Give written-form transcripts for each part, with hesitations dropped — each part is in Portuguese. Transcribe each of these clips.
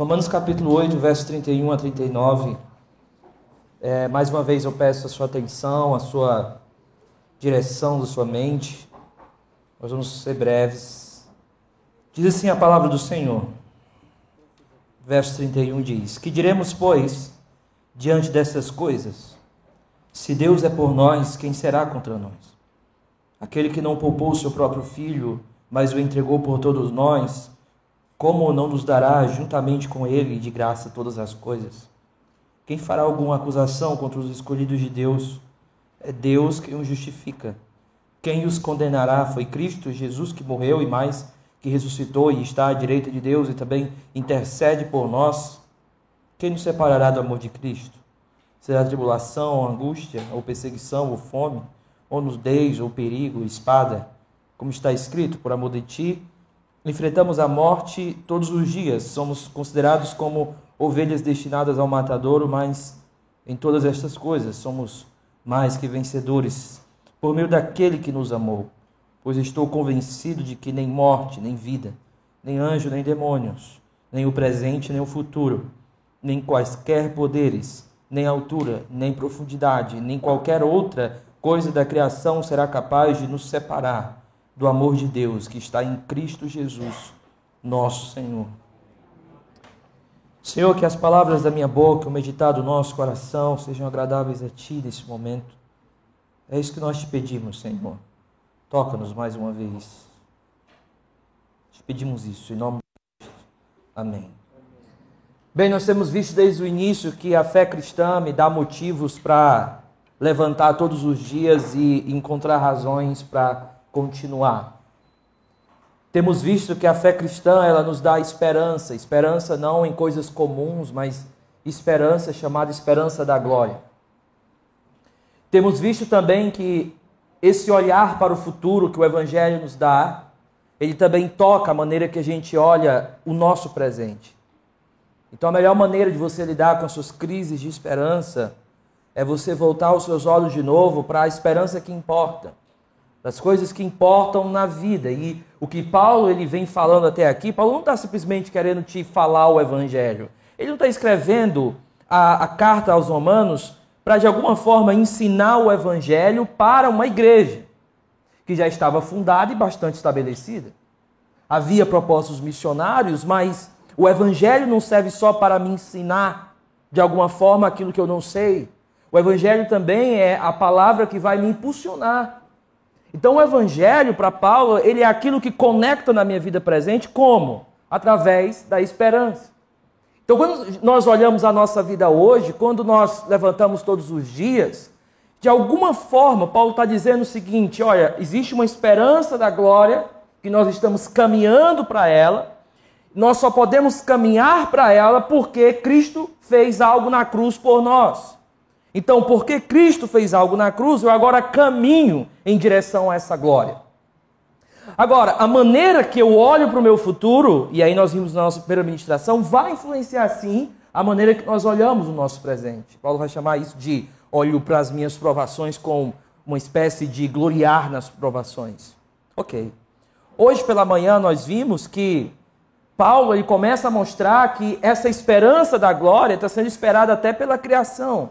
Romanos capítulo 8, verso 31 a 39. Mais uma vez eu peço a sua atenção, a sua direção da sua mente. Nós vamos ser breves. Diz assim a palavra do Senhor. Verso 31 diz: Que diremos, pois, diante dessas coisas? Se Deus é por nós, quem será contra nós? Aquele que não poupou o seu próprio filho, mas o entregou por todos nós, como não nos dará juntamente com ele de graça todas as coisas? Quem fará alguma acusação contra os escolhidos de Deus? É Deus quem os justifica. Quem os condenará? Foi Cristo Jesus que morreu e mais, que ressuscitou e está à direita de Deus e também intercede por nós. Quem nos separará do amor de Cristo? Será tribulação, ou angústia, ou perseguição, ou fome, ou nudez, ou perigo, espada? Como está escrito, por amor de ti, enfrentamos a morte todos os dias. Somos considerados como ovelhas destinadas ao matadouro, mas em todas estas coisas somos mais que vencedores, por meio daquele que nos amou. Pois estou convencido de que nem morte, nem vida, nem anjo, nem demônios, nem o presente, nem o futuro, nem quaisquer poderes, nem altura, nem profundidade, nem qualquer outra coisa da criação será capaz de nos separar do amor de Deus que está em Cristo Jesus, nosso Senhor. Senhor, que as palavras da minha boca, o meditar do nosso coração sejam agradáveis a Ti nesse momento. É isso que nós te pedimos, Senhor. Toca-nos mais uma vez. Te pedimos isso em nome de Cristo. Amém. Bem, nós temos visto desde o início que a fé cristã me dá motivos para levantar todos os dias e encontrar razões para continuar. Temos visto que a fé cristã, ela nos dá esperança. Esperança não em coisas comuns, mas esperança chamada esperança da glória. Temos visto também que esse olhar para o futuro que o Evangelho nos dá, ele também toca a maneira que a gente olha o nosso presente. Então a melhor maneira de você lidar com as suas crises de esperança é você voltar os seus olhos de novo para a esperança que importa, das coisas que importam na vida. E o que Paulo ele vem falando até aqui, Paulo não está simplesmente querendo te falar o Evangelho. Ele não está escrevendo a carta aos Romanos para de alguma forma ensinar o Evangelho para uma igreja que já estava fundada e bastante estabelecida. Havia propósitos missionários, mas o Evangelho não serve só para me ensinar de alguma forma aquilo que eu não sei. O Evangelho também é a palavra que vai me impulsionar. Então o Evangelho, para Paulo, ele é aquilo que conecta na minha vida presente, como? Através da esperança. Então quando nós olhamos a nossa vida hoje, quando nós levantamos todos os dias, de alguma forma Paulo está dizendo o seguinte: olha, existe uma esperança da glória, que nós estamos caminhando para ela, nós só podemos caminhar para ela porque Cristo fez algo na cruz por nós. Então, porque Cristo fez algo na cruz, eu agora caminho em direção a essa glória. Agora, a maneira que eu olho para o meu futuro, e aí nós vimos na nossa primeira ministração, vai influenciar sim a maneira que nós olhamos o nosso presente. Paulo vai chamar isso de olho para as minhas provações com uma espécie de gloriar nas provações. Ok. Hoje pela manhã nós vimos que Paulo ele começa a mostrar que essa esperança da glória está sendo esperada até pela criação.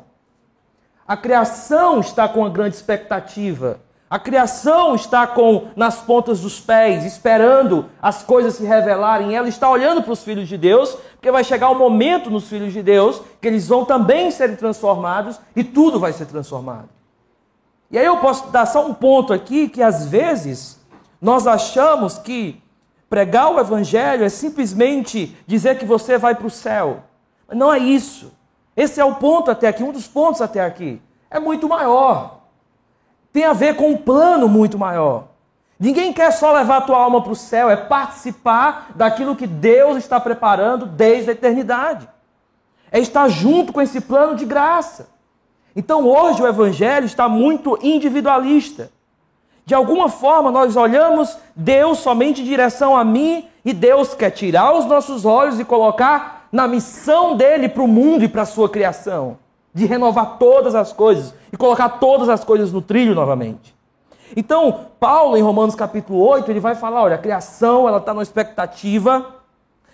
A criação está com uma grande expectativa. A criação está nas pontas dos pés, esperando as coisas se revelarem. Ela está olhando para os filhos de Deus, porque vai chegar um momento nos filhos de Deus que eles vão também ser transformados e tudo vai ser transformado. E aí eu posso dar só um ponto aqui, que às vezes nós achamos que pregar o Evangelho é simplesmente dizer que você vai para o céu. Mas não é isso. Esse é o ponto até aqui, um dos pontos até aqui. É muito maior. Tem a ver com um plano muito maior. Ninguém quer só levar a tua alma para o céu, é participar daquilo que Deus está preparando desde a eternidade. É estar junto com esse plano de graça. Então hoje o Evangelho está muito individualista. De alguma forma nós olhamos Deus somente em direção a mim e Deus quer tirar os nossos olhos e colocar na missão dele para o mundo e para a sua criação, de renovar todas as coisas e colocar todas as coisas no trilho novamente. Então, Paulo, em Romanos capítulo 8, ele vai falar, olha, a criação ela está numa expectativa,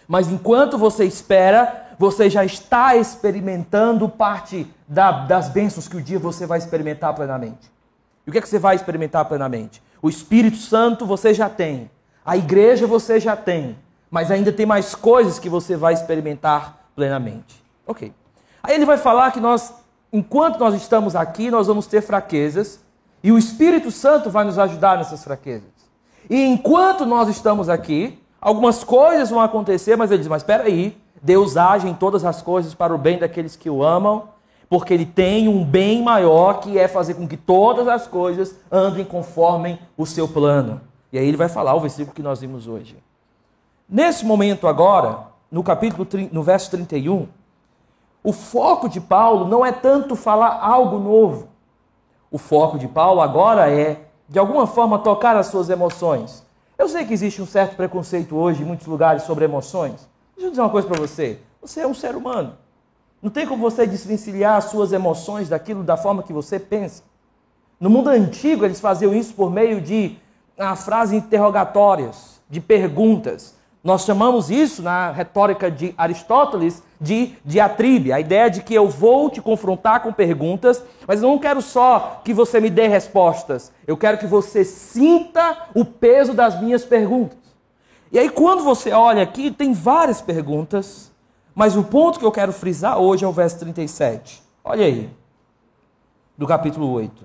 Mas enquanto você espera, você já está experimentando parte das bênçãos que um dia você vai experimentar plenamente. E o que é que você vai experimentar plenamente? O Espírito Santo você já tem. A igreja você já tem. Mas ainda tem mais coisas que você vai experimentar plenamente. Ok. Aí ele vai falar que enquanto nós estamos aqui, nós vamos ter fraquezas. E o Espírito Santo vai nos ajudar nessas fraquezas. E enquanto nós estamos aqui, algumas coisas vão acontecer, mas ele diz, mas espera aí, Deus age em todas as coisas para o bem daqueles que o amam, porque ele tem um bem maior, que é fazer com que todas as coisas andem conforme o seu plano. E aí ele vai falar o versículo que nós vimos hoje. Nesse momento agora, no verso 31, o foco de Paulo não é tanto falar algo novo. O foco de Paulo agora é, de alguma forma, tocar as suas emoções. Eu sei que existe um certo preconceito hoje em muitos lugares sobre emoções. Deixa eu dizer uma coisa para você. Você é um ser humano. Não tem como você desvencilhar as suas emoções daquilo da forma que você pensa. No mundo antigo, eles faziam isso por meio de frases interrogatórias, de perguntas. Nós chamamos isso, na retórica de Aristóteles, de diatribe. A ideia de que eu vou te confrontar com perguntas, mas eu não quero só que você me dê respostas. Eu quero que você sinta o peso das minhas perguntas. E aí, quando você olha aqui, tem várias perguntas, mas o ponto que eu quero frisar hoje é o verso 37. Olha aí, do capítulo 8.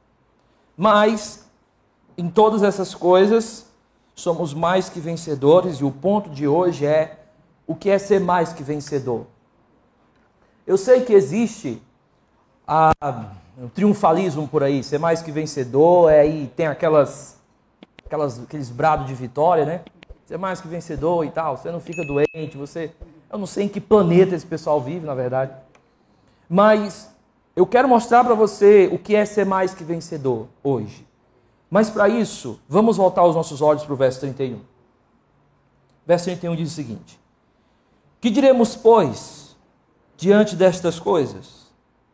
Mas, em todas essas coisas, somos mais que vencedores, e o ponto de hoje é o que é ser mais que vencedor. Eu sei que existe um triunfalismo por aí, ser mais que vencedor, aí tem aqueles brados de vitória, né? Ser mais que vencedor e tal, você não fica doente, eu não sei em que planeta esse pessoal vive, na verdade. Mas eu quero mostrar para você o que é ser mais que vencedor hoje. Mas para isso, vamos voltar os nossos olhos para o verso 31. Verso 31 diz o seguinte: que diremos, pois, diante destas coisas?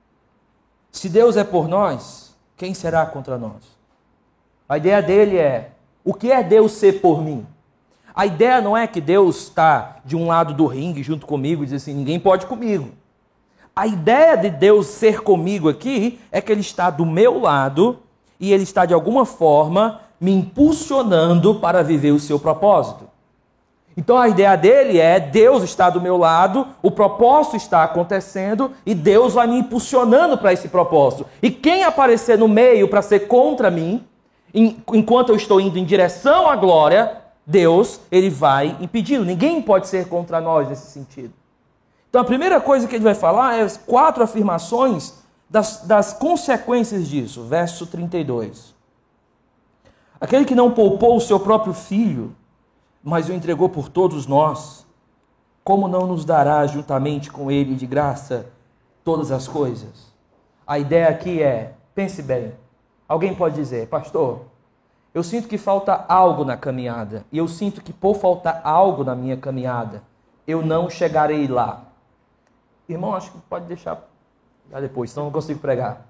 Se Deus é por nós, quem será contra nós? A ideia dele é, o que é Deus ser por mim? A ideia não é que Deus está de um lado do ringue junto comigo e diz assim, ninguém pode comigo. A ideia de Deus ser comigo aqui é que Ele está do meu lado e Ele está de alguma forma me impulsionando para viver o seu propósito. Então a ideia dele é, Deus está do meu lado, o propósito está acontecendo e Deus vai me impulsionando para esse propósito. E quem aparecer no meio para ser contra mim, enquanto eu estou indo em direção à glória, Deus, ele vai impedi-lo. Ninguém pode ser contra nós nesse sentido. Então a primeira coisa que ele vai falar é as 4 afirmações das consequências disso. Verso 32. Aquele que não poupou o seu próprio filho, mas o entregou por todos nós, como não nos dará juntamente com ele de graça todas as coisas? A ideia aqui é, pense bem, alguém pode dizer, pastor, eu sinto que falta algo na caminhada, e eu sinto que por faltar algo na minha caminhada, eu não chegarei lá. Irmão, acho que pode deixar depois, senão eu não consigo pregar.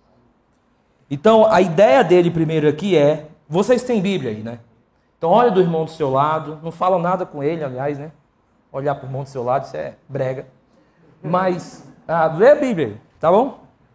Então, a ideia dele primeiro aqui é, vocês têm Bíblia aí, né? Então, olha do irmão do seu lado, não fala nada com ele, aliás, né? Olhar para o irmão do seu lado, isso é brega. Mas, lê a Bíblia, tá bom?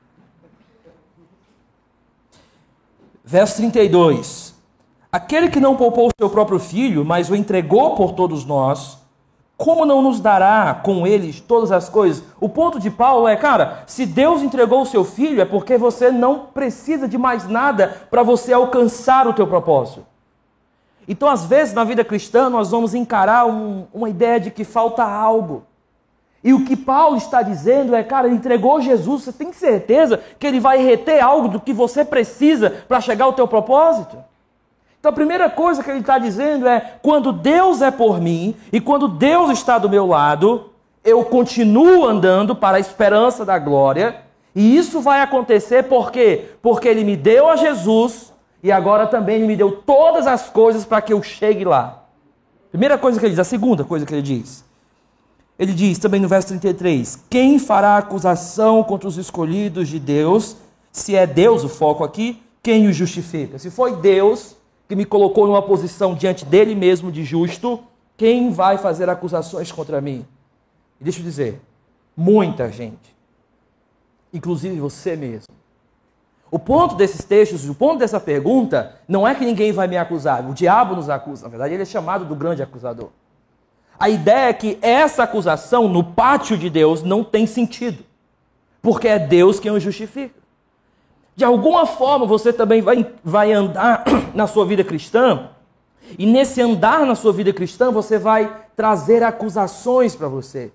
Verso 32. Aquele que não poupou o seu próprio filho, mas o entregou por todos nós, como não nos dará com eles todas as coisas? O ponto de Paulo é, cara, se Deus entregou o seu filho, é porque você não precisa de mais nada para você alcançar o teu propósito. Então, às vezes, na vida cristã, nós vamos encarar uma ideia de que falta algo. E o que Paulo está dizendo é, cara, ele entregou Jesus, você tem certeza que ele vai reter algo do que você precisa para chegar ao teu propósito? Então, a primeira coisa que ele está dizendo é, quando Deus é por mim e quando Deus está do meu lado, eu continuo andando para a esperança da glória. E isso vai acontecer por quê? Porque ele me deu a Jesus e agora também ele me deu todas as coisas para que eu chegue lá. Primeira coisa que ele diz. A segunda coisa que ele diz. Ele diz também no verso 33, quem fará acusação contra os escolhidos de Deus? Se é Deus o foco aqui, quem os justifica? Se foi Deus que me colocou numa posição diante dele mesmo de justo, Quem vai fazer acusações contra mim? E deixa eu dizer, muita gente, inclusive você mesmo. O ponto desses textos, o ponto dessa pergunta, não é que ninguém vai me acusar. O diabo nos acusa. Na verdade, ele é chamado do grande acusador. A ideia é que essa acusação no pátio de Deus não tem sentido. Porque é Deus quem o justifica. De alguma forma, você também vai andar na sua vida cristã. E nesse andar na sua vida cristã, você vai trazer acusações para você.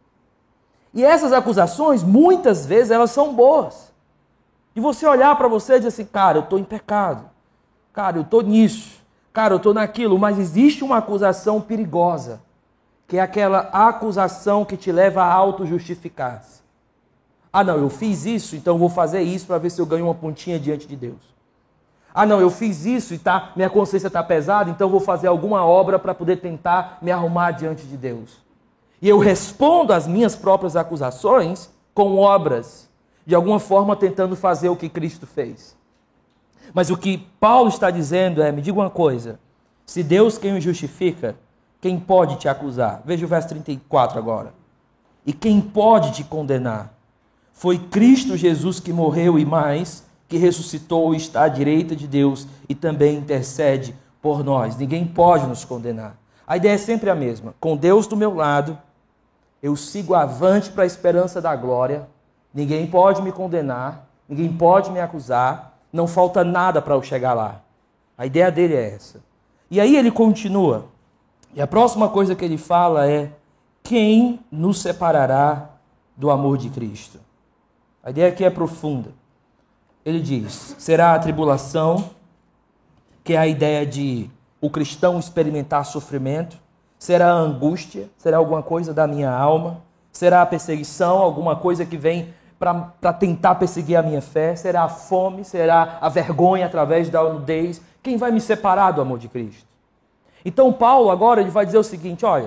E essas acusações, muitas vezes, elas são boas. E você olhar para você e dizer assim, cara, eu estou em pecado. Cara, eu estou nisso. Cara, eu estou naquilo. Mas existe uma acusação perigosa, que é aquela acusação que te leva a auto-justificar-se. Ah, não, eu fiz isso, então eu vou fazer isso para ver se eu ganho uma pontinha diante de Deus. Ah, não, eu fiz isso e minha consciência está pesada, então eu vou fazer alguma obra para poder tentar me arrumar diante de Deus. E eu respondo às minhas próprias acusações com obras, de alguma forma tentando fazer o que Cristo fez. Mas o que Paulo está dizendo é, me diga uma coisa, se Deus quem o justifica, quem pode te acusar? Veja o verso 34 agora. E quem pode te condenar? Foi Cristo Jesus que morreu e mais, que ressuscitou e está à direita de Deus e também intercede por nós. Ninguém pode nos condenar. A ideia é sempre a mesma. Com Deus do meu lado, eu sigo avante para a esperança da glória. Ninguém pode me condenar, ninguém pode me acusar, não falta nada para eu chegar lá. A ideia dele é essa. E aí ele continua. E a próxima coisa que ele fala é: quem nos separará do amor de Cristo? A ideia aqui é profunda. Ele diz, será a tribulação, que é a ideia de o cristão experimentar sofrimento, será a angústia, será alguma coisa da minha alma, será a perseguição, alguma coisa que vem para tentar perseguir a minha fé, será a fome, será a vergonha através da nudez. Quem vai me separar do amor de Cristo? Então Paulo agora ele vai dizer o seguinte, olha,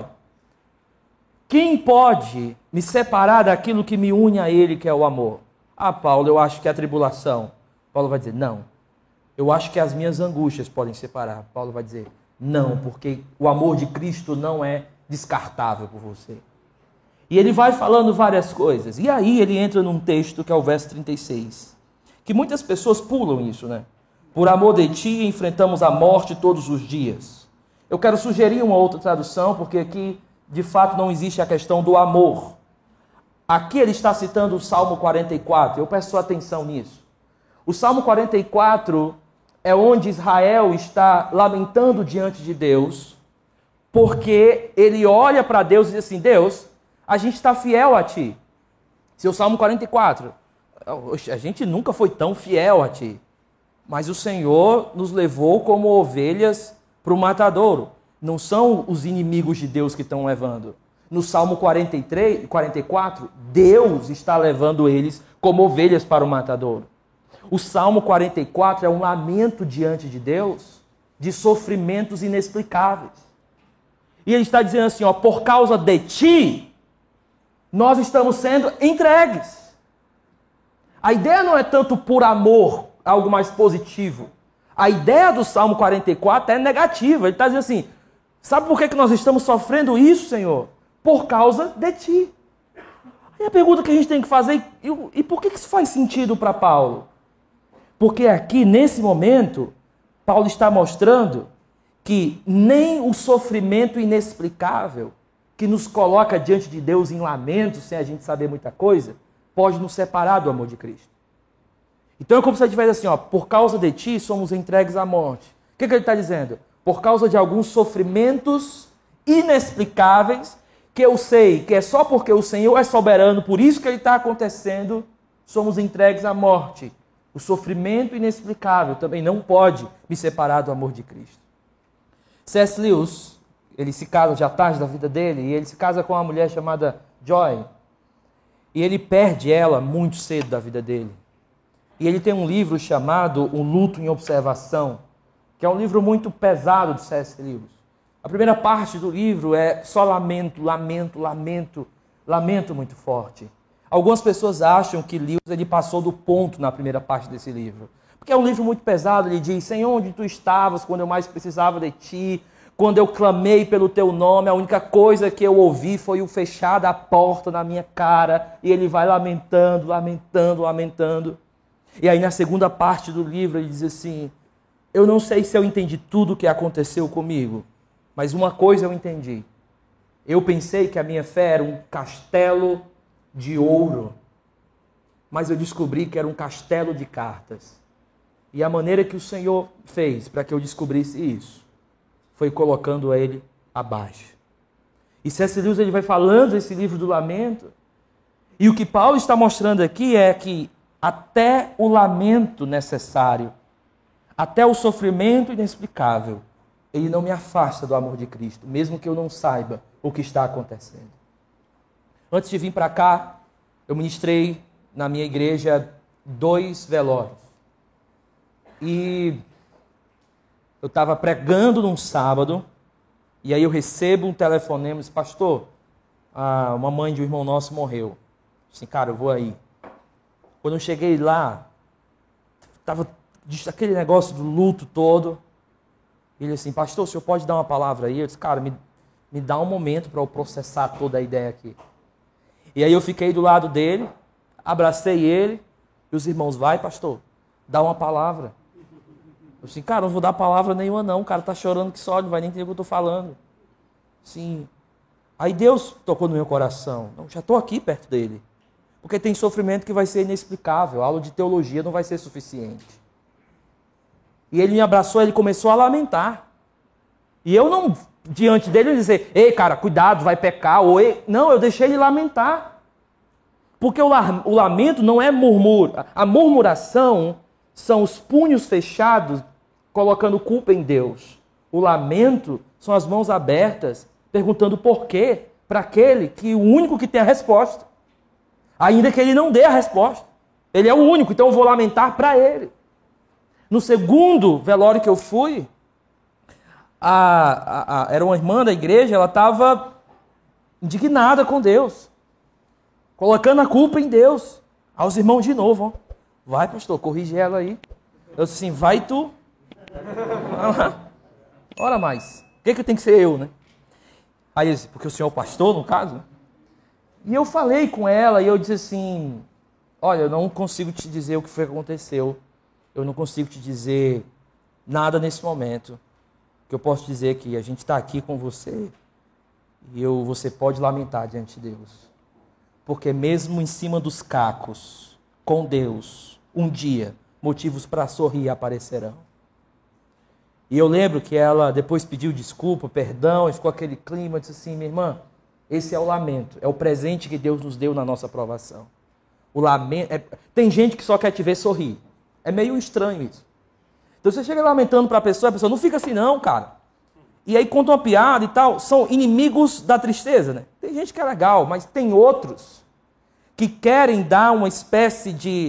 quem pode me separar daquilo que me une a ele, que é o amor? Ah, Paulo, eu acho que é a tribulação. Paulo vai dizer, não. Eu acho que as minhas angústias podem separar. Paulo vai dizer, não, porque o amor de Cristo não é descartável por você. E ele vai falando várias coisas. E aí ele entra num texto que é o verso 36. Que muitas pessoas pulam isso, né? Por amor de ti, enfrentamos a morte todos os dias. Eu quero sugerir uma outra tradução, porque aqui, de fato, não existe a questão do amor. Aqui ele está citando o Salmo 44, eu peço sua atenção nisso. O Salmo 44 é onde Israel está lamentando diante de Deus, porque ele olha para Deus e diz assim, Deus, a gente está fiel a ti. Seu Salmo 44, a gente nunca foi tão fiel a ti, mas o Senhor nos levou como ovelhas para o matadouro. Não são os inimigos de Deus que estão levando. No Salmo 44, Deus está levando eles como ovelhas para o matadouro. O Salmo 44 é um lamento diante de Deus de sofrimentos inexplicáveis. E ele está dizendo assim, ó, por causa de ti, nós estamos sendo entregues. A ideia não é tanto por amor, algo mais positivo. A ideia do Salmo 44 é negativa. Ele está dizendo assim, sabe por que nós estamos sofrendo isso, Senhor? Por causa de ti. E a pergunta que a gente tem que fazer, e por que isso faz sentido para Paulo? Porque aqui, nesse momento, Paulo está mostrando que nem o sofrimento inexplicável, que nos coloca diante de Deus em lamento, sem a gente saber muita coisa, pode nos separar do amor de Cristo. Então é como se ele tivesse assim, ó, por causa de ti somos entregues à morte. O que ele está dizendo? Por causa de alguns sofrimentos inexplicáveis, que eu sei que é só porque o Senhor é soberano, por isso que ele está acontecendo, somos entregues à morte. O sofrimento inexplicável também não pode me separar do amor de Cristo. C.S. Lewis, ele se casa já tarde da vida dele, e ele se casa com uma mulher chamada Joy. E ele perde ela muito cedo da vida dele. E ele tem um livro chamado O Luto em Observação, que é um livro muito pesado de C.S. Lewis. A primeira parte do livro é só lamento, lamento, lamento, lamento muito forte. Algumas pessoas acham que Lewis ele passou do ponto na primeira parte desse livro. Porque é um livro muito pesado, ele diz, Senhor, onde tu estavas quando eu mais precisava de ti? Quando eu clamei pelo teu nome, a única coisa que eu ouvi foi o fechar da porta na minha cara. E ele vai lamentando, lamentando, lamentando. E aí na segunda parte do livro ele diz assim: eu não sei se eu entendi tudo o que aconteceu comigo, mas uma coisa eu entendi. Eu pensei que a minha fé era um castelo de ouro, mas eu descobri que era um castelo de cartas. E a maneira que o Senhor fez para que eu descobrisse isso foi colocando ele abaixo. E C.S. Lewis ele vai falando desse livro do lamento. E o que Paulo está mostrando aqui é que até o lamento necessário, até o sofrimento inexplicável, ele não me afasta do amor de Cristo, mesmo que eu não saiba o que está acontecendo. Antes de vir para cá, eu ministrei na minha igreja 2 velórios. E eu estava pregando num sábado, e aí eu recebo um telefonema e disse: pastor, uma mãe de um irmão nosso morreu. Eu disse: cara, eu vou aí. Quando eu cheguei lá, estava aquele negócio do luto todo. Ele assim: pastor, o senhor pode dar uma palavra aí? Eu disse: cara, me dá um momento para eu processar toda a ideia aqui. E aí eu fiquei do lado dele, abracei ele, e os irmãos: vai, pastor, dá uma palavra. Eu disse: cara, não vou dar palavra nenhuma não, o cara está chorando que só, não vai nem entender o que eu estou falando. Sim. Aí Deus tocou no meu coração: não, já estou aqui perto dele. Porque tem sofrimento que vai ser inexplicável, a aula de teologia não vai ser suficiente. E ele me abraçou, ele começou a lamentar. E eu não, diante dele, dizer: ei, cara, cuidado, vai pecar. Ou, ei. Não, eu deixei ele lamentar. Porque o lamento não é murmúrio. A murmuração são os punhos fechados, colocando culpa em Deus. O lamento são as mãos abertas, perguntando por quê para aquele que o único que tem a resposta. Ainda que ele não dê a resposta. Ele é o único, então eu vou lamentar para ele. No segundo velório que eu fui, era uma irmã da igreja, ela estava indignada com Deus, colocando a culpa em Deus. Aos irmãos de novo: ó, vai, pastor, corrige ela aí. Eu disse assim: vai tu. Ora mais, por que tem que ser eu, né? Aí ele disse: porque o senhor é o pastor, no caso? E eu falei com ela e eu disse assim: olha, eu não consigo te dizer o que foi que aconteceu. Eu não consigo te dizer nada nesse momento. O que eu posso dizer é que a gente está aqui com você e você pode lamentar diante de Deus. Porque mesmo em cima dos cacos, com Deus, um dia, motivos para sorrir aparecerão. E eu lembro que ela depois pediu desculpa, perdão, e ficou aquele clima, disse assim: minha irmã, esse é o lamento, é o presente que Deus nos deu na nossa provação. O lamento, tem gente que só quer te ver sorrir. É meio estranho isso. Então você chega lamentando para a pessoa não fica assim não, cara. E aí conta uma piada e tal, são inimigos da tristeza, né? Tem gente que é legal, mas tem outros que querem dar uma espécie de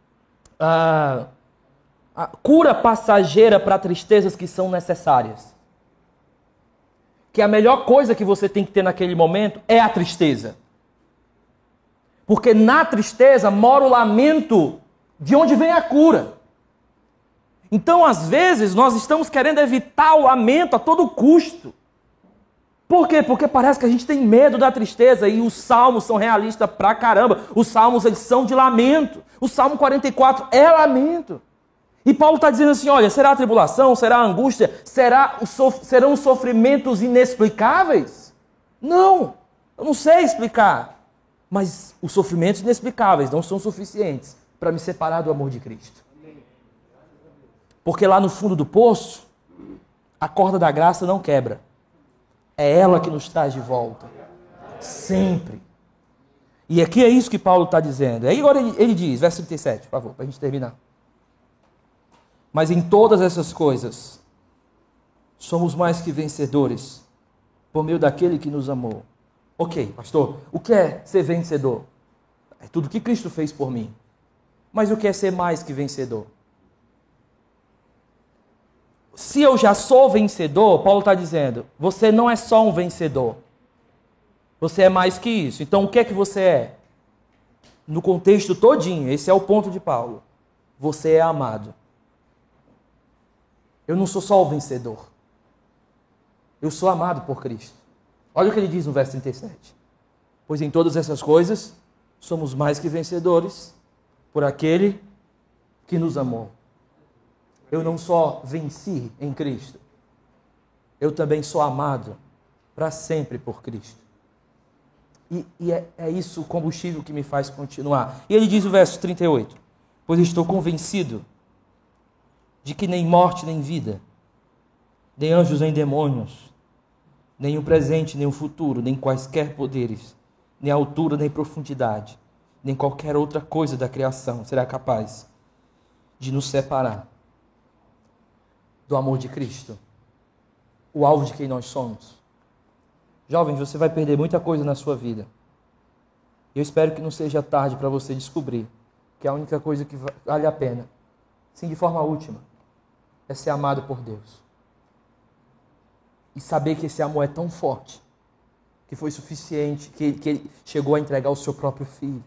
cura passageira para tristezas que são necessárias. Que a melhor coisa que você tem que ter naquele momento é a tristeza. Porque na tristeza mora o lamento de onde vem a cura. Então, às vezes, nós estamos querendo evitar o lamento a todo custo. Por quê? Porque parece que a gente tem medo da tristeza e os salmos são realistas pra caramba. Os salmos, eles são de lamento. O Salmo 44 é lamento. E Paulo está dizendo assim: olha, será a tribulação, será a angústia, serão sofrimentos inexplicáveis? Não, eu não sei explicar. Mas os sofrimentos inexplicáveis não são suficientes para me separar do amor de Cristo. Porque lá no fundo do poço, a corda da graça não quebra. É ela que nos traz de volta. Sempre. E aqui é isso que Paulo está dizendo. Aí agora ele diz, verso 37, por favor, para a gente terminar. Mas em todas essas coisas, somos mais que vencedores, por meio daquele que nos amou. Ok, pastor, o que é ser vencedor? É tudo que Cristo fez por mim. Mas o que é ser mais que vencedor? Se eu já sou vencedor, Paulo está dizendo, você não é só um vencedor. Você é mais que isso. Então o que é que você é? No contexto todinho, esse é o ponto de Paulo. Você é amado. Eu não sou só o vencedor. Eu sou amado por Cristo. Olha o que ele diz no verso 37. Pois em todas essas coisas somos mais que vencedores por aquele que nos amou. Eu não só venci em Cristo, eu também sou amado para sempre por Cristo. E é isso o combustível que me faz continuar. E ele diz no verso 38, pois estou convencido de que nem morte nem vida, nem anjos nem demônios, nem o presente nem o futuro, nem quaisquer poderes, nem altura nem profundidade, nem qualquer outra coisa da criação será capaz de nos separar do amor de Cristo, o alvo de quem nós somos. Jovem, você vai perder muita coisa na sua vida. Eu espero que não seja tarde para você descobrir que a única coisa que vale a pena, sim, de forma última, é ser amado por Deus. E saber que esse amor é tão forte, que foi suficiente, que ele chegou a entregar o seu próprio filho.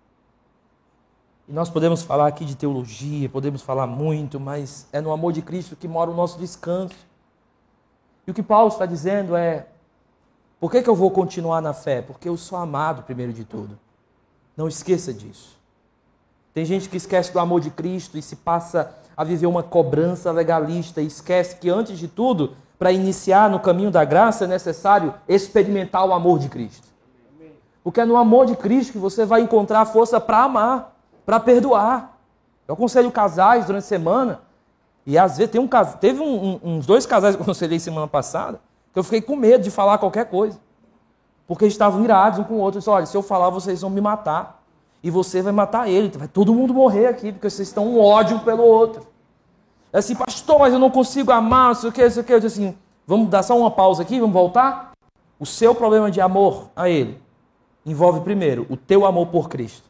E nós podemos falar aqui de teologia, podemos falar muito, mas é no amor de Cristo que mora o nosso descanso. E o que Paulo está dizendo é, por que eu vou continuar na fé? Porque eu sou amado primeiro de tudo. Não esqueça disso. Tem gente que esquece do amor de Cristo e se passa a viver uma cobrança legalista e esquece que antes de tudo, para iniciar no caminho da graça é necessário experimentar o amor de Cristo. Porque é no amor de Cristo que você vai encontrar força para amar, para perdoar. Eu aconselho casais durante a semana, e às vezes teve uns 2 casais que eu aconselhei semana passada, que eu fiquei com medo de falar qualquer coisa. Porque eles estavam irados um com o outro. Eu disse, olha, se eu falar, vocês vão me matar. E você vai matar ele. Vai todo mundo morrer aqui, porque vocês estão um ódio um pelo outro. É assim, pastor, mas eu não consigo amar, não sei o que, não sei o que. Eu disse assim, vamos dar só uma pausa aqui, vamos voltar? O seu problema de amor a ele envolve primeiro o teu amor por Cristo.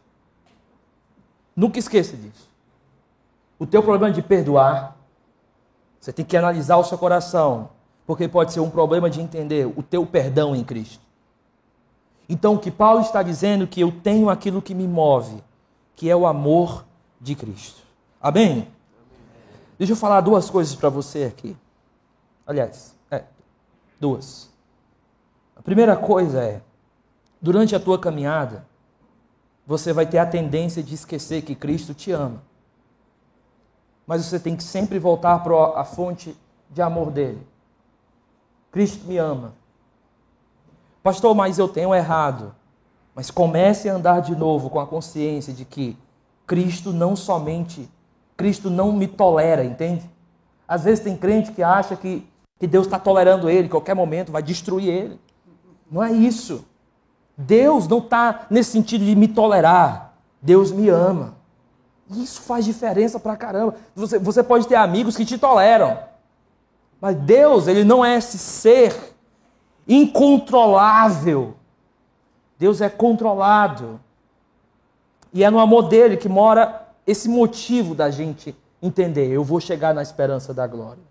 Nunca esqueça disso. O teu problema de perdoar, você tem que analisar o seu coração, porque pode ser um problema de entender o teu perdão em Cristo. Então, o que Paulo está dizendo é que eu tenho aquilo que me move, que é o amor de Cristo. Amém? Deixa eu falar 2 coisas para você aqui. Aliás, 2. A primeira coisa é, durante a tua caminhada, você vai ter a tendência de esquecer que Cristo te ama. Mas você tem que sempre voltar para a fonte de amor dele. Cristo me ama. Pastor, mas eu tenho errado. Mas comece a andar de novo com a consciência de que Cristo não me tolera, entende? Às vezes tem crente que acha que Deus está tolerando ele, em qualquer momento vai destruir ele. Não é isso. Deus não está nesse sentido de me tolerar. Deus me ama. Isso faz diferença pra caramba. Você pode ter amigos que te toleram. Mas Deus, ele não é esse ser incontrolável. Deus é controlado. E é no amor dele que mora esse motivo da gente entender. Eu vou chegar na esperança da glória.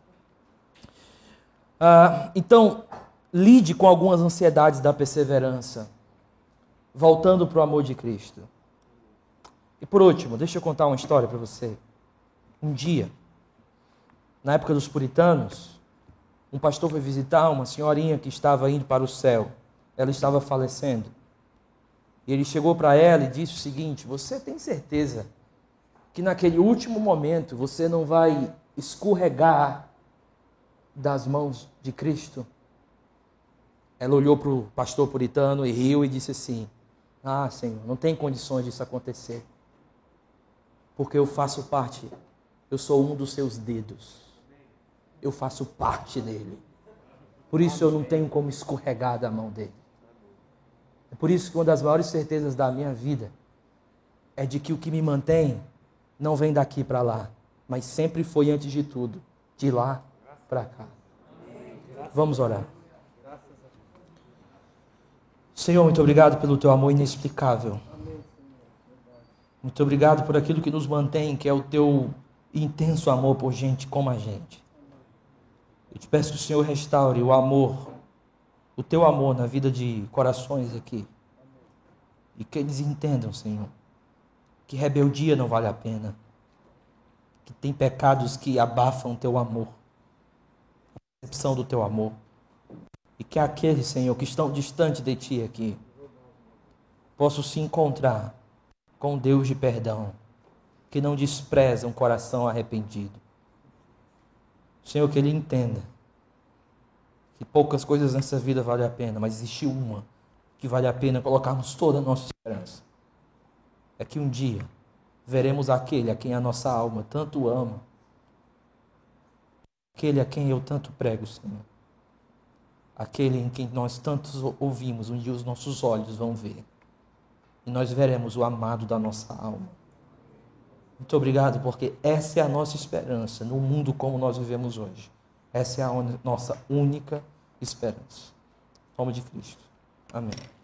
Então, lide com algumas ansiedades da perseverança. Voltando para o amor de Cristo. E por último, deixa eu contar uma história para você. Um dia, na época dos puritanos, um pastor foi visitar uma senhorinha que estava indo para o céu. Ela estava falecendo. E ele chegou para ela e disse o seguinte, você tem certeza que naquele último momento você não vai escorregar das mãos de Cristo? Ela olhou para o pastor puritano e riu e disse assim, Senhor, não tem condições disso acontecer. Porque eu faço parte, eu sou um dos seus dedos. Eu faço parte dele. Por isso eu não tenho como escorregar da mão dele. É por isso que uma das maiores certezas da minha vida é de que o que me mantém não vem daqui para lá, mas sempre foi antes de tudo, de lá para cá. Vamos orar. Senhor, muito obrigado pelo teu amor inexplicável. Muito obrigado por aquilo que nos mantém, que é o teu intenso amor por gente como a gente. Eu te peço que o Senhor restaure o amor, o teu amor na vida de corações aqui. E que eles entendam, Senhor, que rebeldia não vale a pena. Que tem pecados que abafam o teu amor, a percepção do teu amor. E que aqueles, Senhor, que estão distante de Ti aqui, possam se encontrar com um Deus de perdão, que não despreza um coração arrependido. Senhor, que ele entenda que poucas coisas nessa vida valem a pena, mas existe uma que vale a pena colocarmos toda a nossa esperança. É que um dia veremos aquele a quem a nossa alma tanto ama, aquele a quem eu tanto prego, Senhor, aquele em quem nós tantos ouvimos, um dia os nossos olhos vão ver, e nós veremos o amado da nossa alma. Muito obrigado, porque essa é a nossa esperança no mundo como nós vivemos hoje. Essa é a nossa única esperança. Em nome de Cristo. Amém.